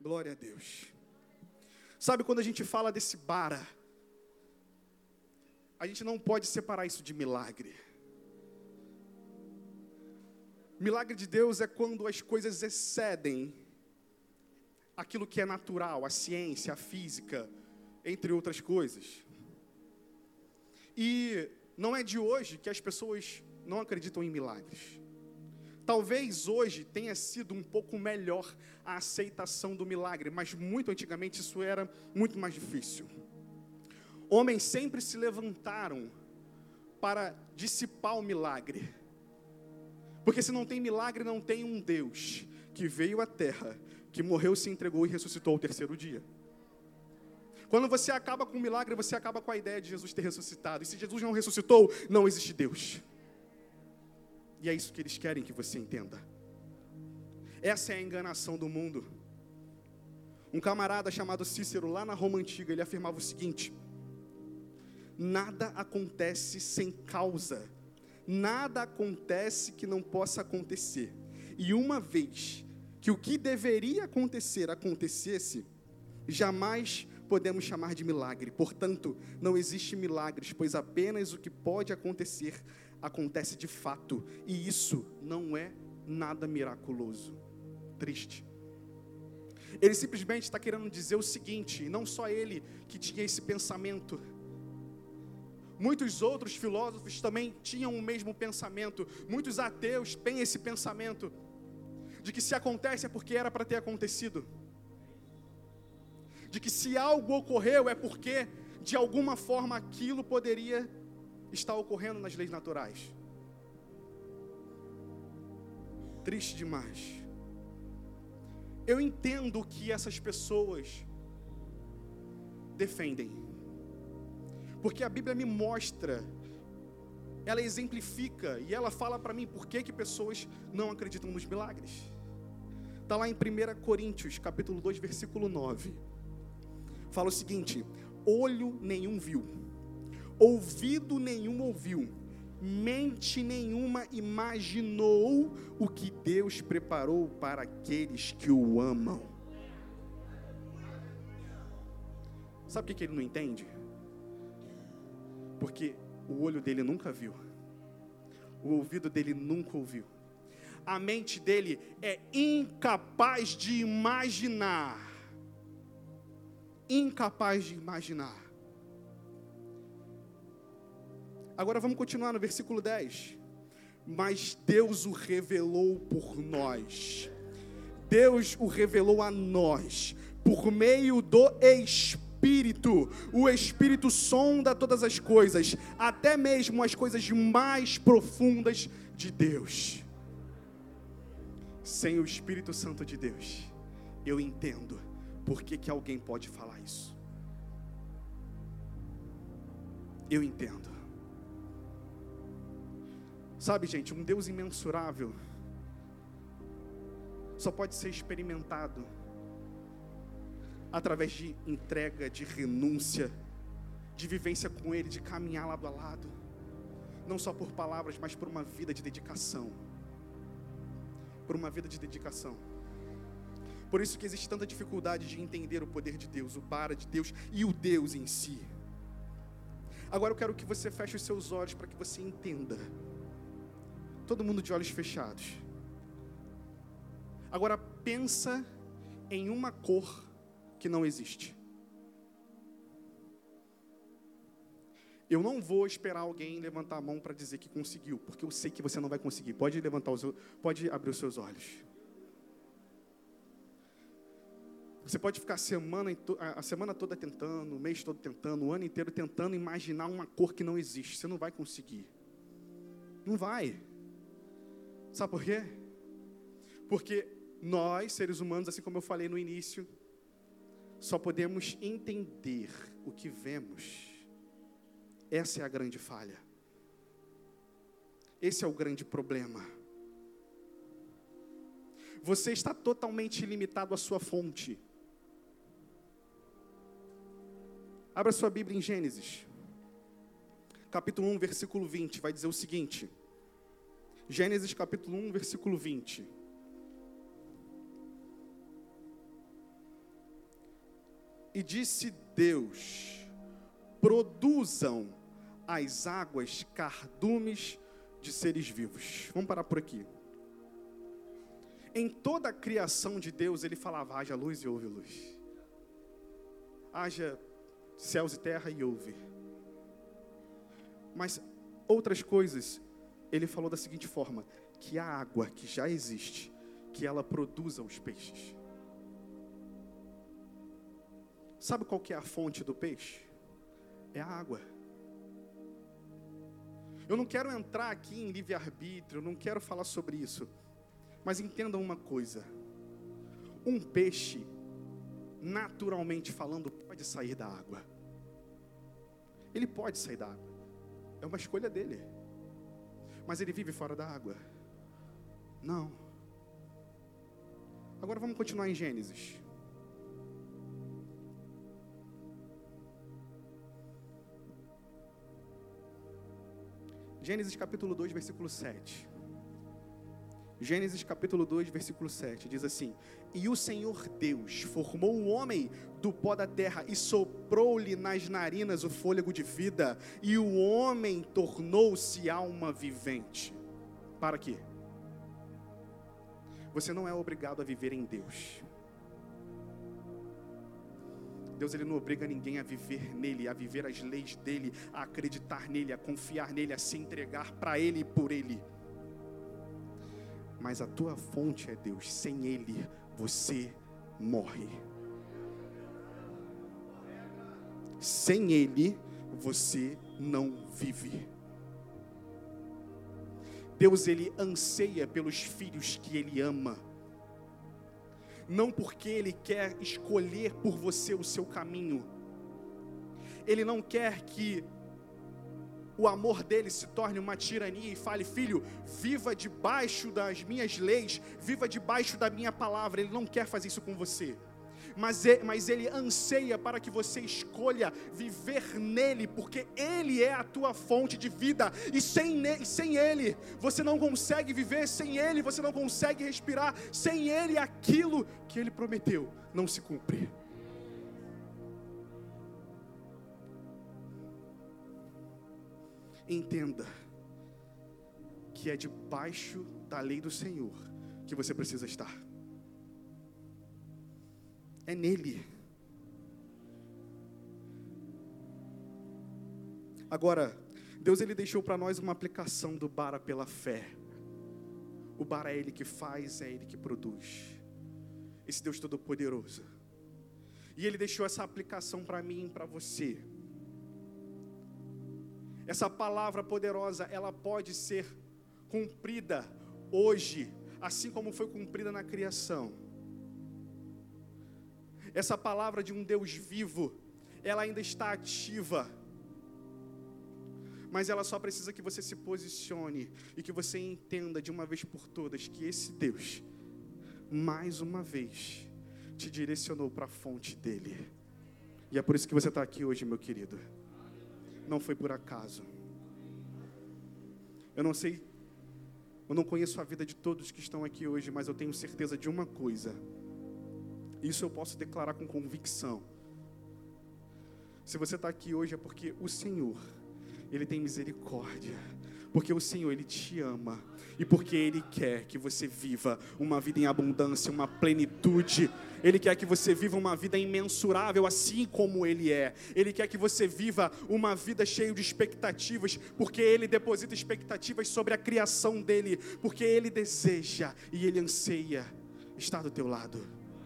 Glória a Deus. Sabe quando a gente fala desse bara, a gente não pode separar isso de milagre. Milagre de Deus é quando as coisas excedem aquilo que é natural, a ciência, a física, entre outras coisas. E não é de hoje que as pessoas não acreditam em milagres. Talvez hoje tenha sido um pouco melhor a aceitação do milagre, mas muito antigamente isso era muito mais difícil. Homens sempre se levantaram para dissipar o milagre. Porque se não tem milagre, não tem um Deus que veio à terra, que morreu, se entregou e ressuscitou ao terceiro dia. Quando você acaba com o milagre, você acaba com a ideia de Jesus ter ressuscitado. E se Jesus não ressuscitou, não existe Deus. E é isso que eles querem que você entenda. Essa é a enganação do mundo. Um camarada chamado Cícero, lá na Roma Antiga, ele afirmava o seguinte: nada acontece sem causa. Nada acontece que não possa acontecer. E uma vez que o que deveria acontecer acontecesse, jamais podemos chamar de milagre. Portanto, não existe milagres, pois apenas o que pode acontecer acontece de fato, e isso não é nada miraculoso. Triste. Ele simplesmente está querendo dizer o seguinte, e não só ele que tinha esse pensamento. Muitos outros filósofos também tinham o mesmo pensamento. Muitos ateus têm esse pensamento de que se acontece é porque era para ter acontecido. De que se algo ocorreu é porque de alguma forma aquilo poderia estar ocorrendo nas leis naturais. Triste demais. Eu entendo o que essas pessoas defendem. Porque a Bíblia me mostra, ela exemplifica e ela fala para mim por que pessoas não acreditam nos milagres. Está lá em 1 Coríntios, capítulo 2, versículo 9. Fala o seguinte: olho nenhum viu, ouvido nenhum ouviu, mente nenhuma imaginou o que Deus preparou para aqueles que o amam. Sabe o que ele não entende? Porque o olho dele nunca viu, o ouvido dele nunca ouviu, a mente dele é incapaz de imaginar. Incapaz de imaginar. Agora vamos continuar no versículo 10. Mas Deus o revelou por nós. Deus o revelou a nós por meio do Espírito. O Espírito sonda todas as coisas, até mesmo as coisas mais profundas de Deus. Sem o Espírito Santo de Deus, eu entendo por que alguém pode falar isso. Eu entendo. Sabe, gente, um Deus imensurável só pode ser experimentado através de entrega, de renúncia, de vivência com Ele, de caminhar lado a lado. Não só por palavras, mas por uma vida de dedicação. Por uma vida de dedicação. Por isso que existe tanta dificuldade de entender o poder de Deus, o para de Deus e o Deus em si. Agora eu quero que você feche os seus olhos para que você entenda. Todo mundo de olhos fechados. Agora pensa em uma cor que não existe. Eu não vou esperar alguém levantar a mão para dizer que conseguiu, porque eu sei que você não vai conseguir. Pode abrir os seus olhos. Você pode ficar a semana toda tentando, o mês todo tentando, o ano inteiro tentando imaginar uma cor que não existe. Você não vai conseguir. Não vai. Sabe por quê? Porque nós, seres humanos, assim como eu falei no início, só podemos entender o que vemos. Essa é a grande falha. Esse é o grande problema. Você está totalmente limitado à sua fonte. Abra sua Bíblia em Gênesis, capítulo 1, versículo 20, vai dizer o seguinte. Gênesis capítulo 1, versículo 20. E disse Deus: produzam as águas cardumes de seres vivos. Vamos parar por aqui. Em toda a criação de Deus, ele falava: haja luz e houve luz. Haja céus e terra e houve. Mas outras coisas, ele falou da seguinte forma: que a água que já existe, que ela produza os peixes. Sabe qual que é a fonte do peixe? É a água. Eu não quero entrar aqui em livre-arbítrio, não quero falar sobre isso. Mas entendam uma coisa. Um peixe, naturalmente falando, pode sair da água. Ele pode sair da água. É uma escolha dele. Mas ele vive fora da água? Não. Agora vamos continuar em Gênesis. Gênesis capítulo 2, versículo 7. Gênesis capítulo 2, versículo 7, diz assim: e o Senhor Deus formou o homem do pó da terra e soprou-lhe nas narinas o fôlego de vida, e o homem tornou-se alma vivente. Para quê? Você não é obrigado a viver em Deus. Deus, ele não obriga ninguém a viver nele, a viver as leis dele, a acreditar nele, a confiar nele, a se entregar para ele e por ele. Mas a tua fonte é Deus. Sem ele, você morre. Sem ele, você não vive. Deus, ele anseia pelos filhos que ele ama. Não porque ele quer escolher por você o seu caminho. Ele não quer que o amor dele se torne uma tirania e fale: filho, viva debaixo das minhas leis, viva debaixo da minha palavra. Ele não quer fazer isso com você. Mas ele anseia para que você escolha viver nele, porque ele é a tua fonte de vida, e sem ele, você não consegue viver, sem ele, você não consegue respirar, sem ele, aquilo que ele prometeu não se cumpre. Entenda que é debaixo da lei do Senhor que você precisa estar. É nele. Agora, Deus, ele deixou para nós uma aplicação do bara pela fé. O bara é ele que faz, é ele que produz. Esse Deus todo-poderoso. E ele deixou essa aplicação para mim e para você. Essa palavra poderosa, ela pode ser cumprida hoje, assim como foi cumprida na criação. Essa palavra de um Deus vivo, ela ainda está ativa. Mas ela só precisa que você se posicione e que você entenda de uma vez por todas que esse Deus, mais uma vez, te direcionou para a fonte dele. E é por isso que você está aqui hoje, meu querido. Não foi por acaso. Eu não sei, eu não conheço a vida de todos que estão aqui hoje, mas eu tenho certeza de uma coisa. Isso eu posso declarar com convicção. Se você está aqui hoje é porque o Senhor, ele tem misericórdia. Porque o Senhor, ele te ama. E porque ele quer que você viva uma vida em abundância, uma plenitude. Ele quer que você viva uma vida imensurável, assim como ele é. Ele quer que você viva uma vida cheia de expectativas, porque ele deposita expectativas sobre a criação dele. Porque ele deseja e ele anseia estar do teu lado.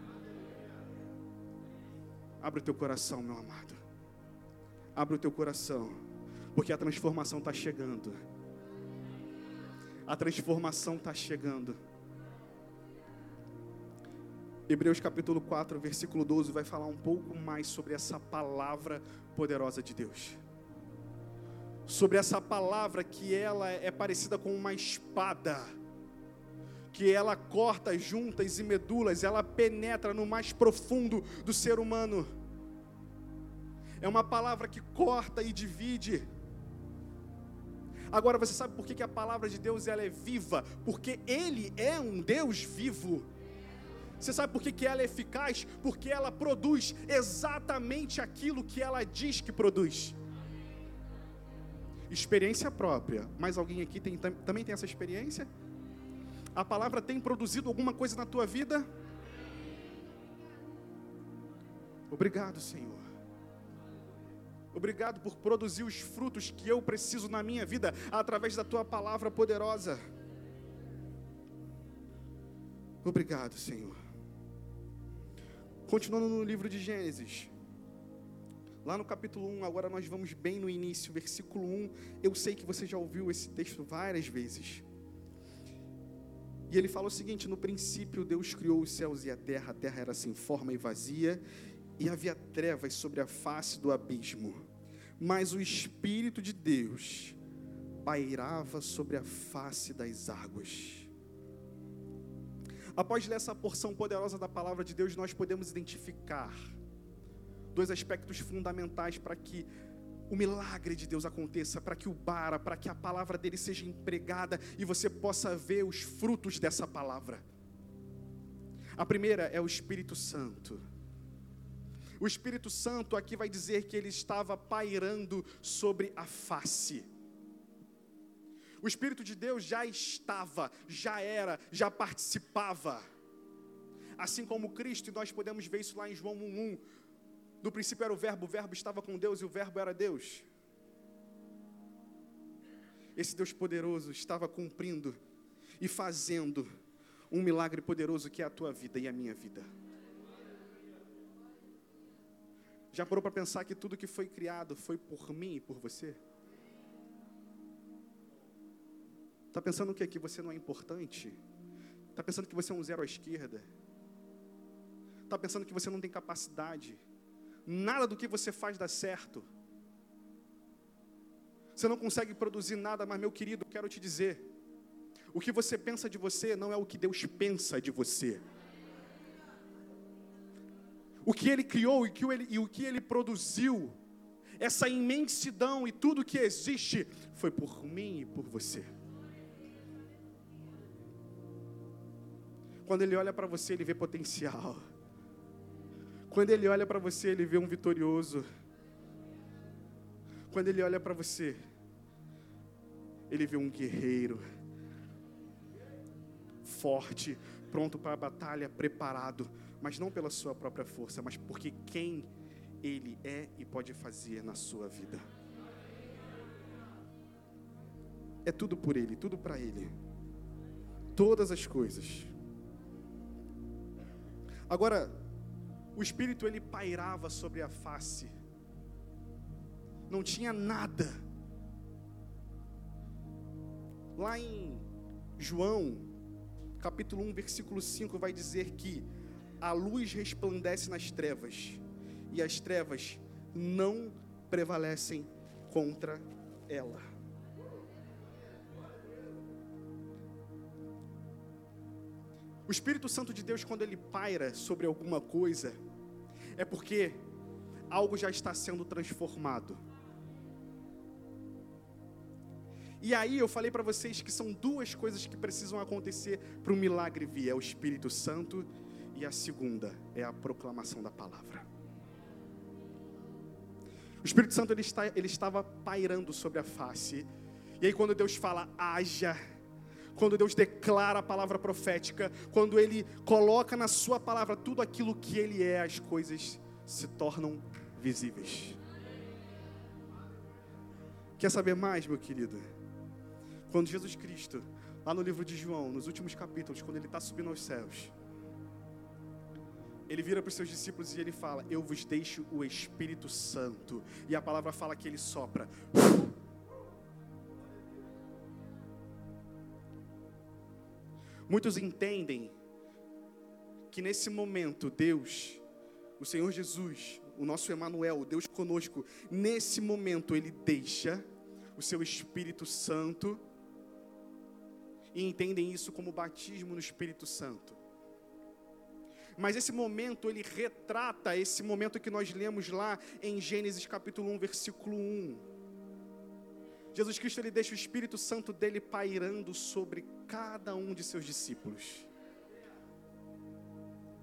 Abre o teu coração, meu amado. Abre o teu coração, porque a transformação está chegando. A transformação está chegando. Hebreus capítulo 4, versículo 12, vai falar um pouco mais sobre essa palavra poderosa de Deus. Sobre essa palavra que ela é parecida com uma espada, que ela corta juntas e medulas, ela penetra no mais profundo do ser humano. É uma palavra que corta e divide. Agora você sabe por que a palavra de Deus ela é viva? Porque ele é um Deus vivo. Você sabe por que ela é eficaz? Porque ela produz exatamente aquilo que ela diz que produz. Experiência própria. Mas alguém aqui também tem essa experiência? A palavra tem produzido alguma coisa na tua vida? Obrigado, Senhor. Obrigado por produzir os frutos que eu preciso na minha vida através da tua palavra poderosa. Obrigado, Senhor. Continuando no livro de Gênesis, lá no capítulo 1, agora nós vamos bem no início, versículo 1. Eu sei que você já ouviu esse texto várias vezes. E ele fala o seguinte: no princípio Deus criou os céus e a terra era sem forma e vazia, e havia trevas sobre a face do abismo, mas o Espírito de Deus pairava sobre a face das águas. Após ler essa porção poderosa da palavra de Deus, nós podemos identificar dois aspectos fundamentais para que o milagre de Deus aconteça, para que para que a palavra dele seja empregada e você possa ver os frutos dessa palavra. A primeira é o Espírito Santo. O Espírito Santo aqui vai dizer que ele estava pairando sobre a face. O Espírito de Deus já estava, já era, já participava. Assim como Cristo, e nós podemos ver isso lá em João 1:1. No princípio era o verbo estava com Deus e o verbo era Deus. Esse Deus poderoso estava cumprindo e fazendo um milagre poderoso que é a tua vida e a minha vida. Já parou para pensar que tudo que foi criado foi por mim e por você? Está pensando que aqui você não é importante? Está pensando que você é um zero à esquerda? Está pensando que você não tem capacidade? Nada do que você faz dá certo. Você não consegue produzir nada, mas meu querido, eu quero te dizer, o que você pensa de você não é o que Deus pensa de você. O que Ele criou e o que Ele produziu, essa imensidão e tudo que existe, foi por mim e por você. Quando Ele olha para você, Ele vê potencial. Quando Ele olha para você, Ele vê um vitorioso. Quando Ele olha para você, Ele vê um guerreiro, forte, pronto para a batalha, preparado, mas não pela sua própria força, mas porque quem Ele é e pode fazer na sua vida. É tudo por Ele, tudo para Ele. Todas as coisas. Agora, o Espírito, ele pairava sobre a face. Não tinha nada. Lá em João, capítulo 1, versículo 5, vai dizer que a luz resplandece nas trevas, e as trevas não prevalecem contra ela. O Espírito Santo de Deus, quando ele paira sobre alguma coisa, é porque algo já está sendo transformado. E aí eu falei para vocês que são duas coisas que precisam acontecer para o milagre vir. É o Espírito Santo e a segunda é a proclamação da palavra. O Espírito Santo ele estava pairando sobre a face. E aí quando Deus fala, haja, quando Deus declara a palavra profética, quando Ele coloca na sua palavra tudo aquilo que Ele é, as coisas se tornam visíveis. Quer saber mais, meu querido? Quando Jesus Cristo, lá no livro de João, nos últimos capítulos, quando Ele está subindo aos céus, Ele vira para os seus discípulos e Ele fala, eu vos deixo o Espírito Santo. E a palavra fala que Ele sopra. Muitos entendem que nesse momento Deus, o Senhor Jesus, o nosso Emanuel, Deus conosco, nesse momento Ele deixa o seu Espírito Santo e entendem isso como batismo no Espírito Santo. Mas esse momento, ele retrata esse momento que nós lemos lá em Gênesis capítulo 1, versículo 1. Jesus Cristo, ele deixa o Espírito Santo dele pairando sobre cada um de seus discípulos.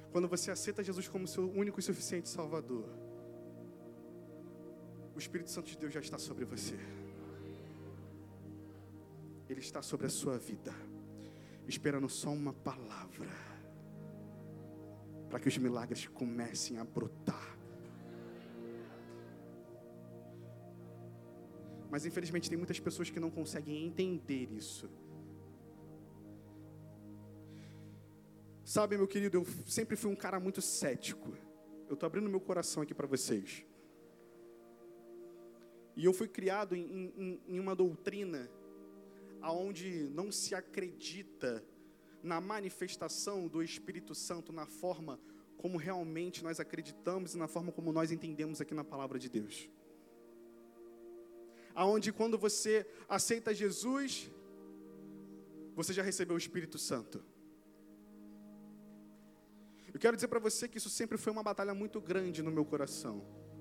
quando você aceita Jesus como seu único e suficiente Salvador, o Espírito Santo de Deus já está sobre você. Ele está sobre a sua vida, esperando só uma palavra, para que os milagres comecem a brotar. Mas infelizmente tem muitas pessoas que não conseguem entender isso. Sabe, meu querido, eu sempre fui um cara muito cético. Eu estou abrindo meu coração aqui para vocês. E eu fui criado em uma doutrina onde não se acredita na manifestação do Espírito Santo na forma como realmente nós acreditamos e na forma como nós entendemos aqui na palavra de Deus. Aonde quando você aceita Jesus, você já recebeu o Espírito Santo. Eu quero dizer para você que isso sempre foi uma batalha muito grande no meu coração.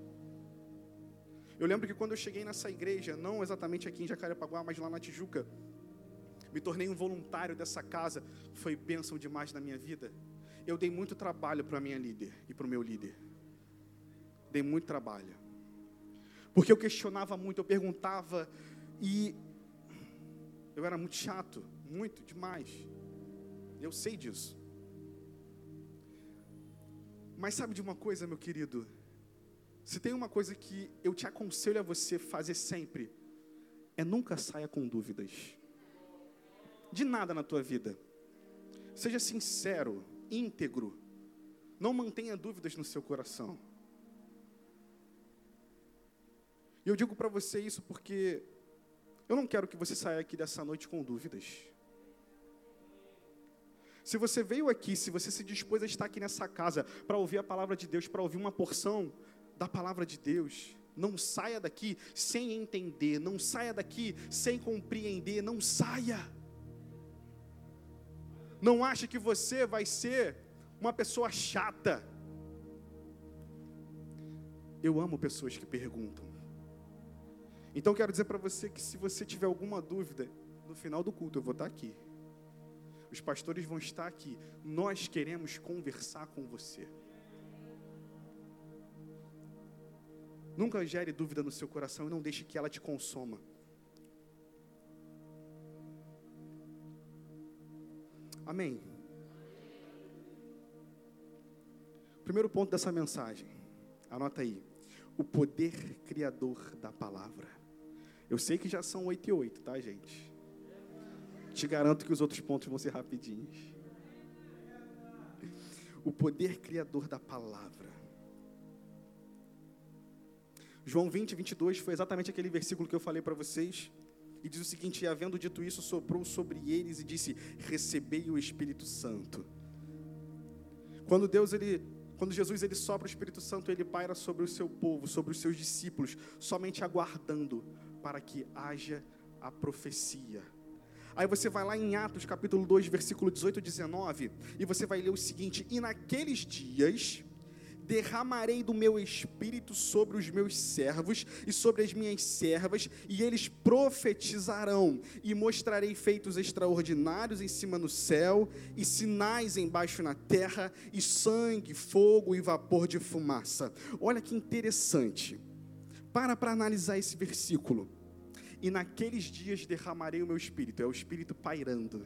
Eu lembro que quando eu cheguei nessa igreja, não exatamente aqui em Jacarepaguá, mas lá na Tijuca, me tornei um voluntário dessa casa, foi bênção demais na minha vida. Eu dei muito trabalho para a minha líder e para o meu líder. Dei muito trabalho. Porque eu questionava muito, eu perguntava e eu era muito chato, muito, demais. Eu sei disso. Mas sabe de uma coisa, meu querido? Se tem uma coisa que eu te aconselho a você fazer sempre, é nunca saia com dúvidas. De nada na tua vida. Seja sincero, íntegro. Não mantenha dúvidas no seu coração. E eu digo para você isso porque eu não quero que você saia aqui dessa noite com dúvidas. Se você veio aqui, se você se dispôs a estar aqui nessa casa para ouvir a palavra de Deus, para ouvir uma porção da palavra de Deus, não saia daqui sem entender, não saia daqui sem compreender, não saia. Não ache que você vai ser uma pessoa chata. Eu amo pessoas que perguntam. Então quero dizer para você que se você tiver alguma dúvida, no final do culto eu vou estar aqui. Os pastores vão estar aqui. Nós queremos conversar com você. Nunca gere dúvida no seu coração e não deixe que ela te consoma. Amém. Primeiro ponto dessa mensagem. Anota aí. O poder criador da palavra. Eu sei que já são 8 e 8, tá, gente? Te garanto que os outros pontos vão ser rapidinhos. O poder criador da palavra. João 20, 22 foi exatamente aquele versículo que eu falei para vocês. E diz o seguinte: e havendo dito isso, soprou sobre eles e disse: recebei o Espírito Santo. Quando Jesus ele sopra o Espírito Santo, ele paira sobre o seu povo, sobre os seus discípulos, somente aguardando para que haja a profecia. Aí você vai lá em Atos capítulo 2, versículo 18 e 19, e você vai ler o seguinte: e naqueles dias derramarei do meu espírito sobre os meus servos e sobre as minhas servas, e eles profetizarão, e mostrarei feitos extraordinários em cima no céu, e sinais embaixo na terra, e sangue, fogo e vapor de fumaça. Olha que interessante. Para analisar esse versículo. E naqueles dias derramarei o meu espírito. É o espírito pairando.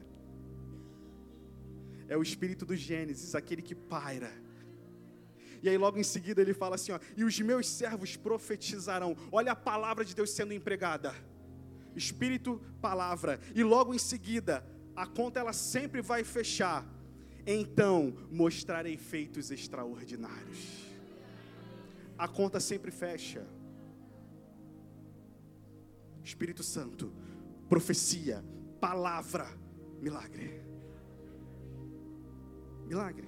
É o espírito do Gênesis, aquele que paira. E aí logo em seguida ele fala assim, ó, e os meus servos profetizarão. Olha a palavra de Deus sendo empregada. Espírito, palavra. E logo em seguida, a conta ela sempre vai fechar. Então mostrarei feitos extraordinários. A conta sempre fecha. Espírito Santo, profecia, palavra, milagre. Milagre.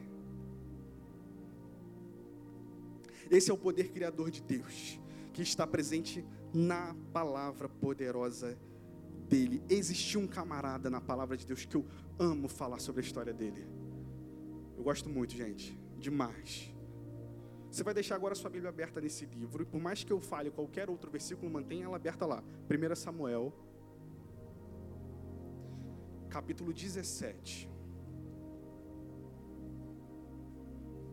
Esse é o poder criador de Deus, que está presente na palavra poderosa dele. Existiu um camarada na palavra de Deus que eu amo falar sobre a história dele. Eu gosto muito, gente, demais. Você vai deixar agora a sua Bíblia aberta nesse livro, e por mais que eu fale qualquer outro versículo, mantenha ela aberta lá. 1 Samuel, capítulo 17.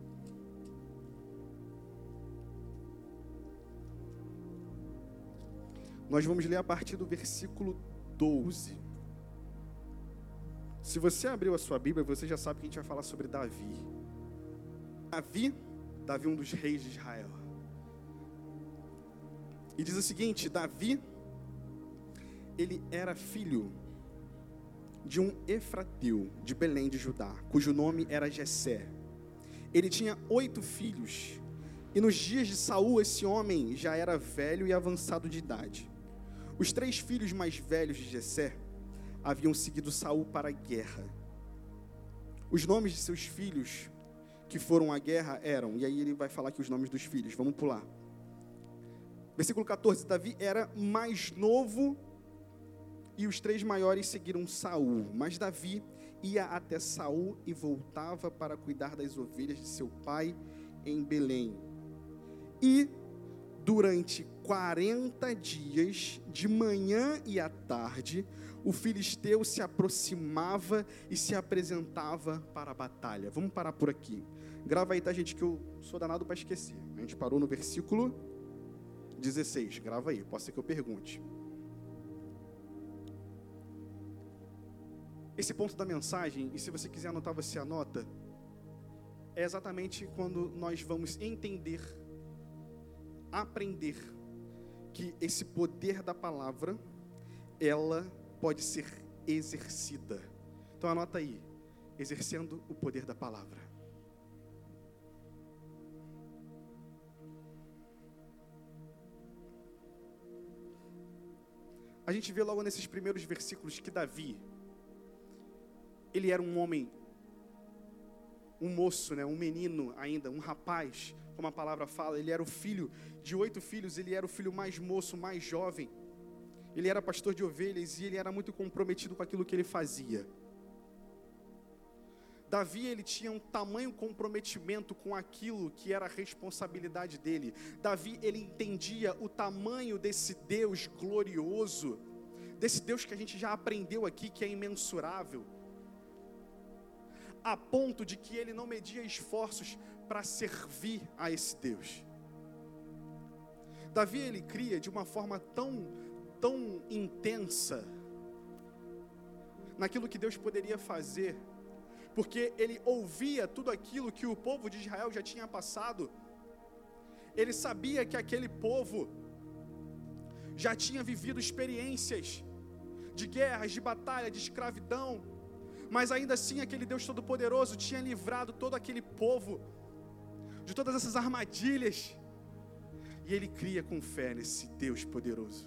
Nós vamos ler a partir do versículo 12. Se você abriu a sua Bíblia, você já sabe que a gente vai falar sobre Davi. Davi, um dos reis de Israel. E diz o seguinte: Davi, ele era filho de um efrateu de Belém de Judá, cujo nome era Jessé. Ele tinha 8 filhos, e nos dias de Saul esse homem já era velho e avançado de idade. Os 3 filhos mais velhos de Jessé haviam seguido Saul para a guerra. Os nomes de seus filhos que foram à guerra eram, e aí ele vai falar aqui os nomes dos filhos, vamos pular. Versículo 14, Davi era mais novo e os 3 maiores seguiram Saul, mas Davi ia até Saul e voltava para cuidar das ovelhas de seu pai em Belém. E durante 40 dias, de manhã e à tarde, o filisteu se aproximava e se apresentava para a batalha. Vamos parar por aqui. Grava aí, tá, gente, que eu sou danado para esquecer. A gente parou no versículo 16. Grava aí, pode ser que eu pergunte. Esse ponto da mensagem, e se você quiser anotar, você anota, é exatamente quando nós vamos entender, aprender que esse poder da palavra, ela pode ser exercida. Então anota aí, exercendo o poder da palavra. A gente vê logo nesses primeiros versículos que Davi, ele era um homem, um moço, um menino ainda, um rapaz, como a palavra fala. Ele era o filho de 8 filhos, ele era o filho mais moço, mais jovem. Ele era pastor de ovelhas e ele era muito comprometido com aquilo que ele fazia. Davi, ele tinha um tamanho comprometimento com aquilo que era a responsabilidade dele. Davi, ele entendia o tamanho desse Deus glorioso, desse Deus que a gente já aprendeu aqui, que é imensurável, a ponto de que ele não media esforços para servir a esse Deus. Davi, ele cria de uma forma tão intensa naquilo que Deus poderia fazer, porque ele ouvia tudo aquilo que o povo de Israel já tinha passado. Ele sabia que aquele povo já tinha vivido experiências de guerras, de batalha, de escravidão, mas ainda assim aquele Deus Todo-Poderoso tinha livrado todo aquele povo de todas essas armadilhas, e ele cria com fé nesse Deus poderoso.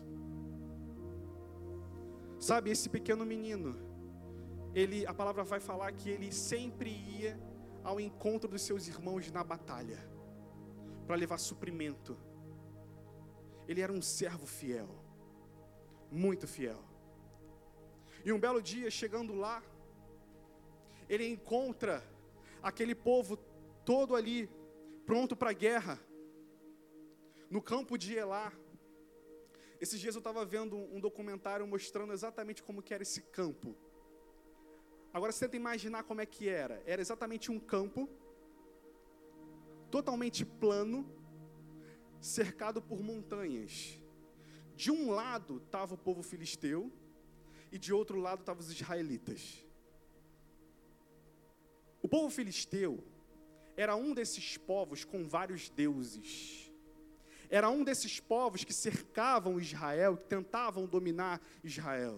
Sabe, esse pequeno menino, a palavra vai falar que ele sempre ia ao encontro dos seus irmãos na batalha, para levar suprimento. Ele era um servo fiel, muito fiel. E um belo dia, chegando lá, ele encontra aquele povo todo ali, pronto para a guerra, no campo de Elá. Esses dias eu estava vendo um documentário mostrando exatamente como que era esse campo. Agora você tenta imaginar como é que era. Era exatamente um campo, totalmente plano, cercado por montanhas. De um lado estava o povo filisteu, e de outro lado estavam os israelitas. O povo filisteu era um desses povos com vários deuses. Era um desses povos que cercavam Israel, que tentavam dominar Israel.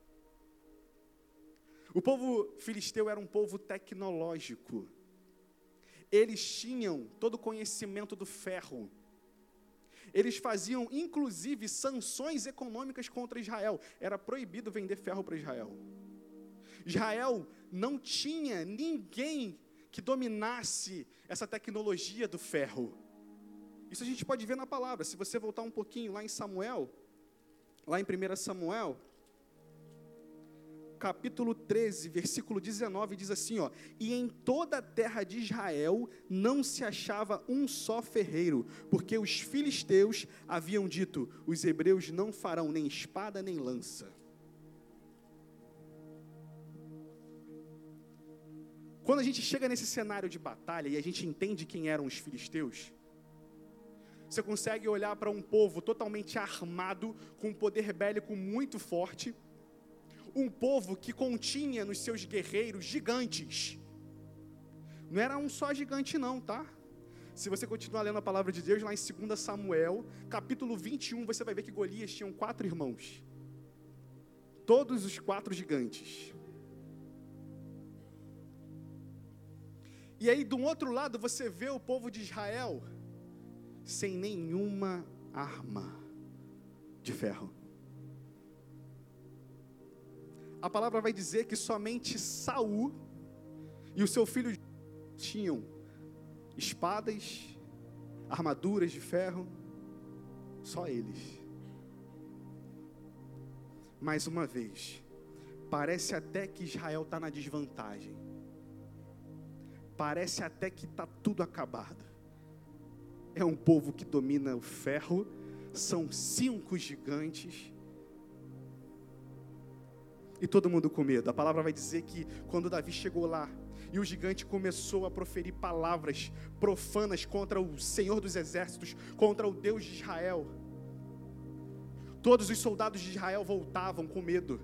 O povo filisteu era um povo tecnológico. Eles tinham todo o conhecimento do ferro. Eles faziam, inclusive, sanções econômicas contra Israel. Era proibido vender ferro para Israel. Israel não tinha ninguém que dominasse essa tecnologia do ferro. Isso a gente pode ver na palavra. Se você voltar um pouquinho lá em Samuel, lá em 1 Samuel, capítulo 13, versículo 19, diz assim, e em toda a terra de Israel não se achava um só ferreiro, porque os filisteus haviam dito, os hebreus não farão nem espada nem lança. Quando a gente chega nesse cenário de batalha e a gente entende quem eram os filisteus, Você consegue olhar para um povo totalmente armado, com um poder bélico muito forte, um povo que continha nos seus guerreiros gigantes. Não era um só gigante não, tá? Se você continuar lendo a palavra de Deus, lá em 2 Samuel, capítulo 21, você vai ver que Golias tinha 4 irmãos. Todos os 4 gigantes. E aí, do outro lado, você vê o povo de Israel sem nenhuma arma de ferro. A palavra vai dizer que somente Saul e o seu filho tinham espadas, armaduras de ferro, só eles. Mais uma vez, parece até que Israel está na desvantagem. Parece até que está tudo acabado. É um povo que domina o ferro, são 5 gigantes, e todo mundo com medo. A palavra vai dizer que quando Davi chegou lá, e o gigante começou a proferir palavras profanas contra o Senhor dos Exércitos, contra o Deus de Israel, todos os soldados de Israel voltavam com medo.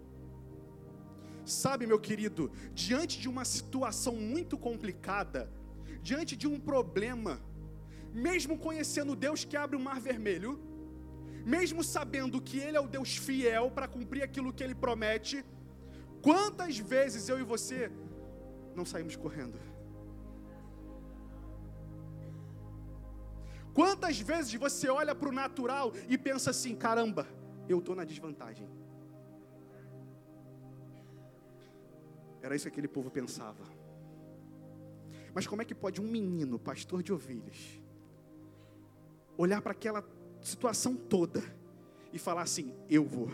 Sabe, meu querido, diante de uma situação muito complicada, diante de um problema, mesmo conhecendo o Deus que abre o mar vermelho, mesmo sabendo que Ele é o Deus fiel para cumprir aquilo que Ele promete, quantas vezes eu e você não saímos correndo? Quantas vezes você olha para o natural e pensa assim, caramba, eu estou na desvantagem. Era isso que aquele povo pensava. Mas como é que pode um menino, pastor de ovelhas, olhar para aquela situação toda e falar assim, eu vou.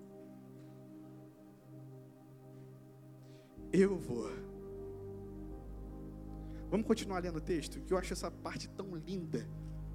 Vamos continuar lendo o texto, que eu acho essa parte tão linda.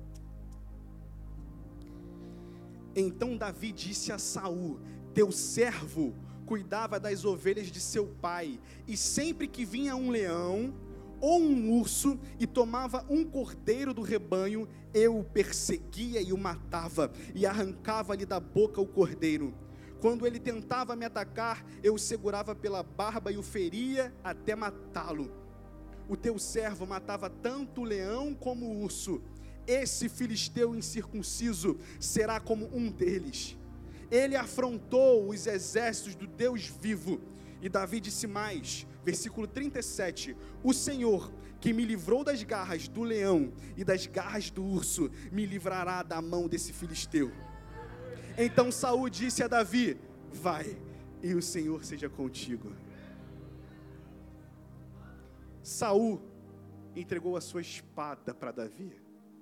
Então Davi disse a Saul, teu servo cuidava das ovelhas de seu pai, e sempre que vinha um leão ou um urso e tomava um cordeiro do rebanho, eu o perseguia e o matava, e arrancava-lhe da boca o cordeiro. Quando ele tentava me atacar, eu o segurava pela barba e o feria até matá-lo. O teu servo matava tanto o leão como o urso. Esse filisteu incircunciso será como um deles. Ele afrontou os exércitos do Deus vivo. E Davi disse mais, versículo 37, o Senhor, que me livrou das garras do leão e das garras do urso, me livrará da mão desse filisteu. Então Saul disse a Davi, vai, e o Senhor seja contigo. Saul entregou a sua espada para Davi.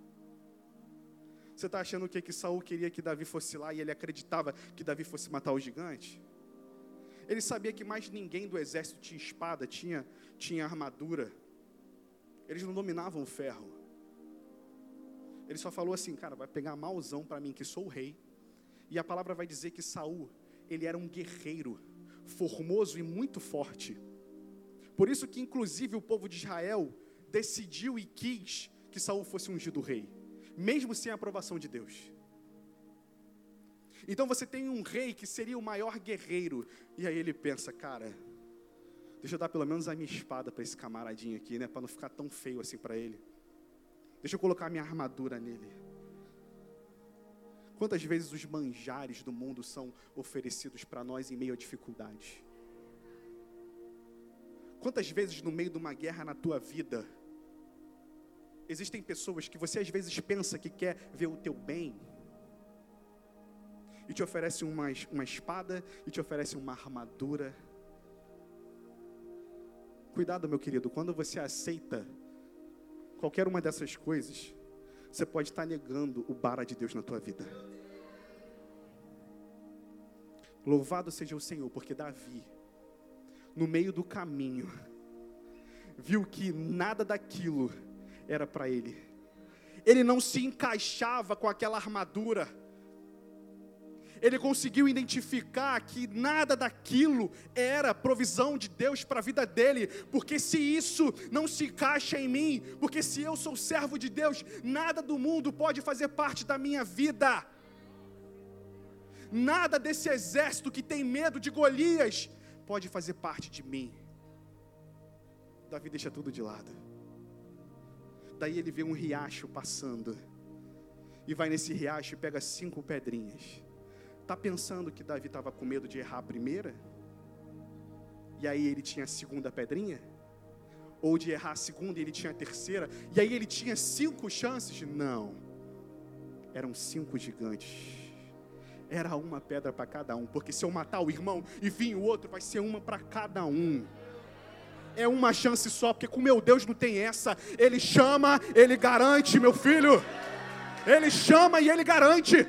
Você está achando o que Saul queria que Davi fosse lá e ele acreditava que Davi fosse matar o gigante? Ele sabia que mais ninguém do exército tinha espada, tinha armadura. Eles não dominavam o ferro. Ele só falou assim, cara, vai pegar mauzão para mim que sou o rei. E a palavra vai dizer que Saul, ele era um guerreiro, formoso e muito forte. Por isso que inclusive o povo de Israel decidiu e quis que Saul fosse ungido rei, mesmo sem a aprovação de Deus. Então você tem um rei que seria o maior guerreiro, e aí ele pensa, cara, deixa eu dar pelo menos a minha espada para esse camaradinho aqui, né, para não ficar tão feio assim para ele. Deixa eu colocar a minha armadura nele. Quantas vezes os manjares do mundo são oferecidos para nós em meio a dificuldades? Quantas vezes no meio de uma guerra na tua vida, existem pessoas que você às vezes pensa que quer ver o teu bem, e te oferece uma espada, e te oferece uma armadura. Cuidado, meu querido, quando você aceita qualquer uma dessas coisas, você pode estar negando o bara de Deus na tua vida. Louvado seja o Senhor, porque Davi, no meio do caminho, viu que nada daquilo era para ele. Ele não se encaixava com aquela armadura. Ele conseguiu identificar que nada daquilo era provisão de Deus para a vida dele, porque se isso não se encaixa em mim, porque se eu sou servo de Deus, nada do mundo pode fazer parte da minha vida. Nada desse exército que tem medo de Golias pode fazer parte de mim. Davi deixa tudo de lado. Daí ele vê um riacho passando, e vai nesse riacho e pega 5 pedrinhas. Está pensando que Davi estava com medo de errar a primeira? E aí ele tinha a segunda pedrinha? Ou de errar a segunda e ele tinha a terceira? E aí ele tinha 5 chances? Não. Eram 5 gigantes. Era uma pedra para cada um. Porque se eu matar o irmão e vir o outro, vai ser uma para cada um. É uma chance só, porque com meu Deus não tem essa. Ele chama, Ele garante, meu filho. Ele chama e Ele garante.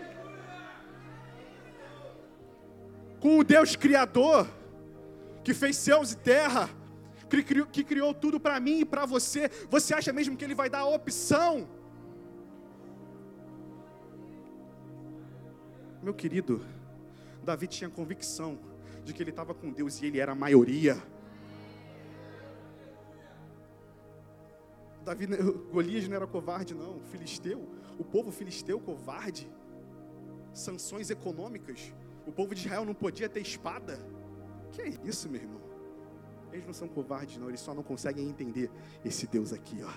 Com o Deus Criador, que fez céus e terra, que criou tudo para mim e para você, você acha mesmo que Ele vai dar a opção? Meu querido, Davi tinha convicção de que ele estava com Deus e ele era a maioria. Golias não era covarde não, filisteu, o povo filisteu covarde, sanções econômicas, o povo de Israel não podia ter espada. Que é isso, meu irmão? Eles não são covardes não, eles só não conseguem entender esse Deus aqui, ó.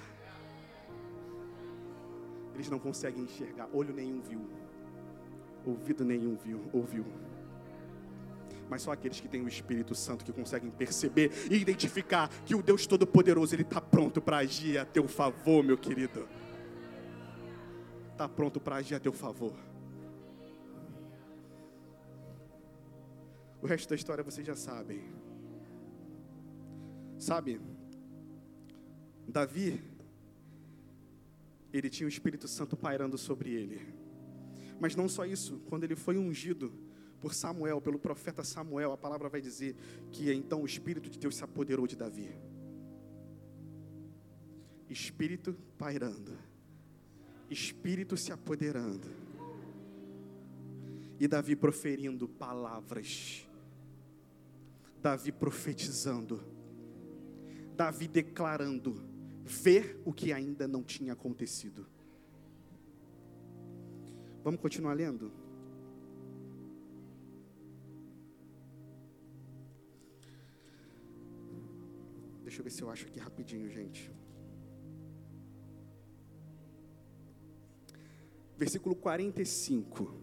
Eles não conseguem enxergar, olho nenhum viu, ouvido nenhum ouviu. Mas só aqueles que têm o Espírito Santo que conseguem perceber e identificar que o Deus Todo-Poderoso, Ele está pronto para agir a teu favor, meu querido. Está pronto para agir a teu favor. O resto da história vocês já sabem. Sabe, Davi, ele tinha o Espírito Santo pairando sobre ele. Mas não só isso, quando ele foi ungido por Samuel, pelo profeta Samuel, a palavra vai dizer que então o Espírito de Deus se apoderou de Davi. Espírito pairando, Espírito se apoderando, e Davi proferindo palavras, Davi profetizando, Davi declarando, ver o que ainda não tinha acontecido. Vamos continuar lendo? Deixa eu ver se eu acho aqui rapidinho, gente. Versículo 45.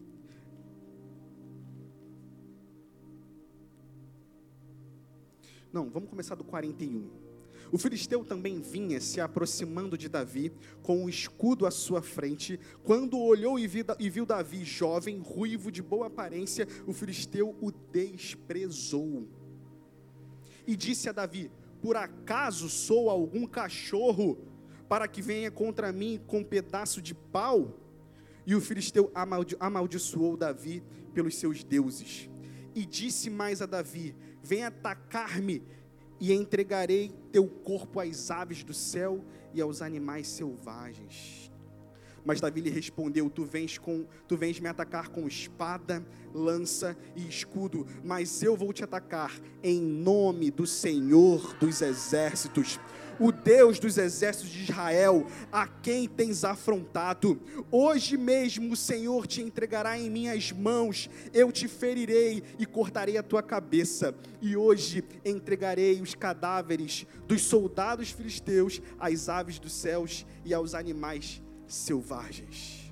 Não, vamos começar do 41. O filisteu também vinha se aproximando de Davi, com o escudo à sua frente. Quando olhou e viu Davi, jovem, ruivo, de boa aparência, o filisteu o desprezou. E disse a Davi: por acaso sou algum cachorro, para que venha contra mim com um pedaço de pau? E o filisteu amaldiçoou Davi pelos seus deuses. E disse mais a Davi: vem atacar-me, e entregarei teu corpo às aves do céu e aos animais selvagens. Mas Davi lhe respondeu: tu vens me atacar com espada, lança e escudo, mas eu vou te atacar em nome do Senhor dos exércitos, o Deus dos exércitos de Israel, a quem tens afrontado. Hoje mesmo o Senhor te entregará em minhas mãos, eu te ferirei e cortarei a tua cabeça, e hoje entregarei os cadáveres dos soldados filisteus às aves dos céus e aos animais selvagens.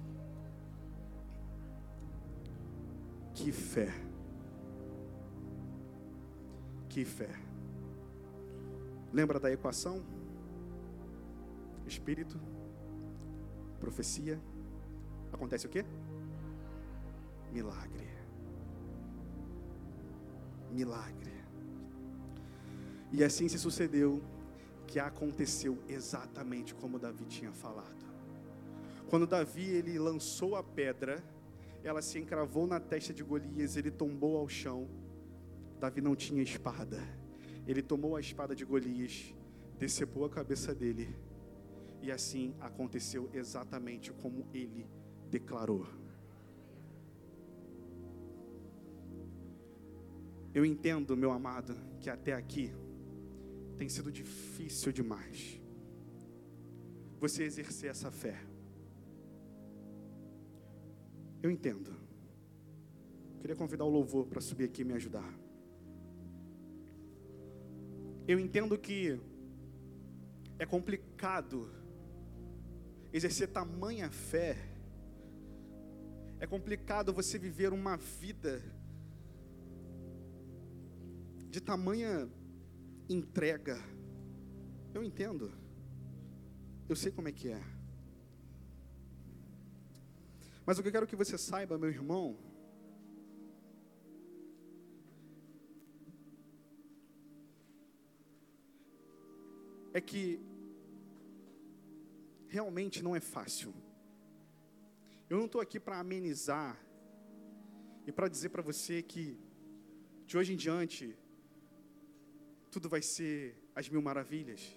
Que fé, que fé. Lembra da equação? Espírito, profecia, acontece o quê? Milagre. Milagre. E assim se sucedeu, que aconteceu exatamente como Davi tinha falado. Quando Davi, ele lançou a pedra, ela se encravou na testa de Golias, ele tombou ao chão. Davi não tinha espada. Ele tomou a espada de Golias, decepou a cabeça dele, e assim aconteceu exatamente como ele declarou. Eu entendo, meu amado, que até aqui tem sido difícil demais você exercer essa fé. Eu entendo. Queria convidar o louvor para subir aqui e me ajudar. Eu entendo que é complicado exercer tamanha fé. É complicado você viver uma vida de tamanha entrega. Eu entendo. Eu sei como é que é. Mas o que eu quero que você saiba, meu irmão, é que realmente não é fácil. Eu não estou aqui para amenizar e para dizer para você que de hoje em diante tudo vai ser às mil maravilhas.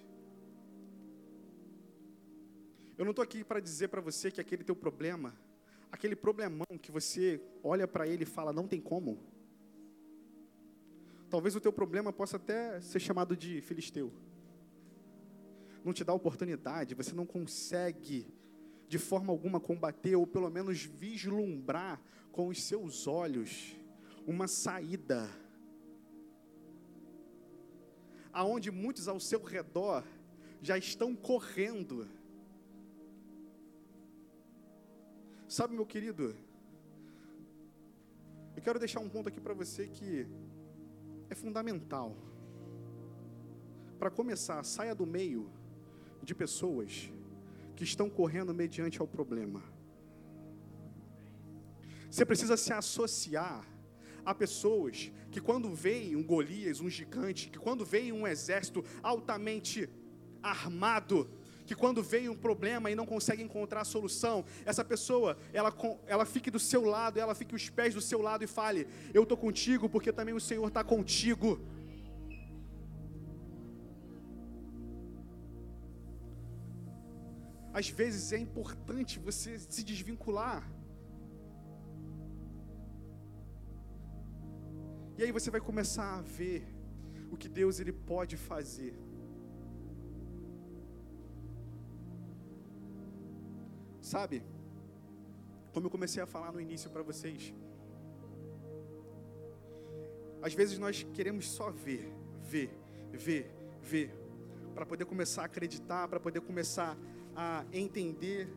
Eu não estou aqui para dizer para você que aquele teu problema, aquele problemão que você olha para ele e fala, não tem como. Talvez o teu problema possa até ser chamado de filisteu. Não te dá oportunidade, você não consegue de forma alguma combater, ou pelo menos vislumbrar com os seus olhos uma saída. Aonde muitos ao seu redor já estão correndo. Sabe, meu querido, eu quero deixar um ponto aqui para você que é fundamental. Para começar, saia do meio de pessoas que estão correndo mediante ao problema. Você precisa se associar a pessoas que quando veem um Golias, um gigante, que quando veem um exército altamente armado, que quando vem um problema e não consegue encontrar a solução, essa pessoa, ela fique do seu lado, ela fique os pés do seu lado e fale, eu estou contigo porque também o Senhor está contigo. Às vezes é importante você se desvincular. E aí você vai começar a ver o que Deus ele pode fazer. Sabe, como eu comecei a falar no início para vocês, às vezes nós queremos só ver, para poder começar a acreditar, para poder começar a entender.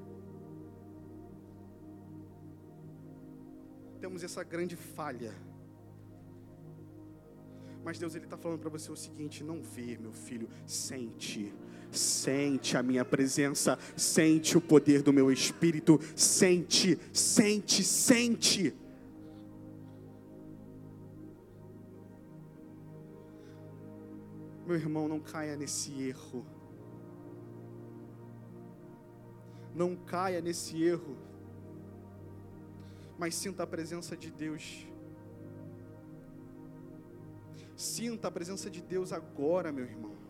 Temos essa grande falha. Mas Deus ele está falando para você o seguinte, não vê, meu filho, sente a minha presença, sente o poder do meu Espírito, sente. Meu irmão, não caia nesse erro. Não caia nesse erro. Mas sinta a presença de Deus. Sinta a presença de Deus agora, meu irmão.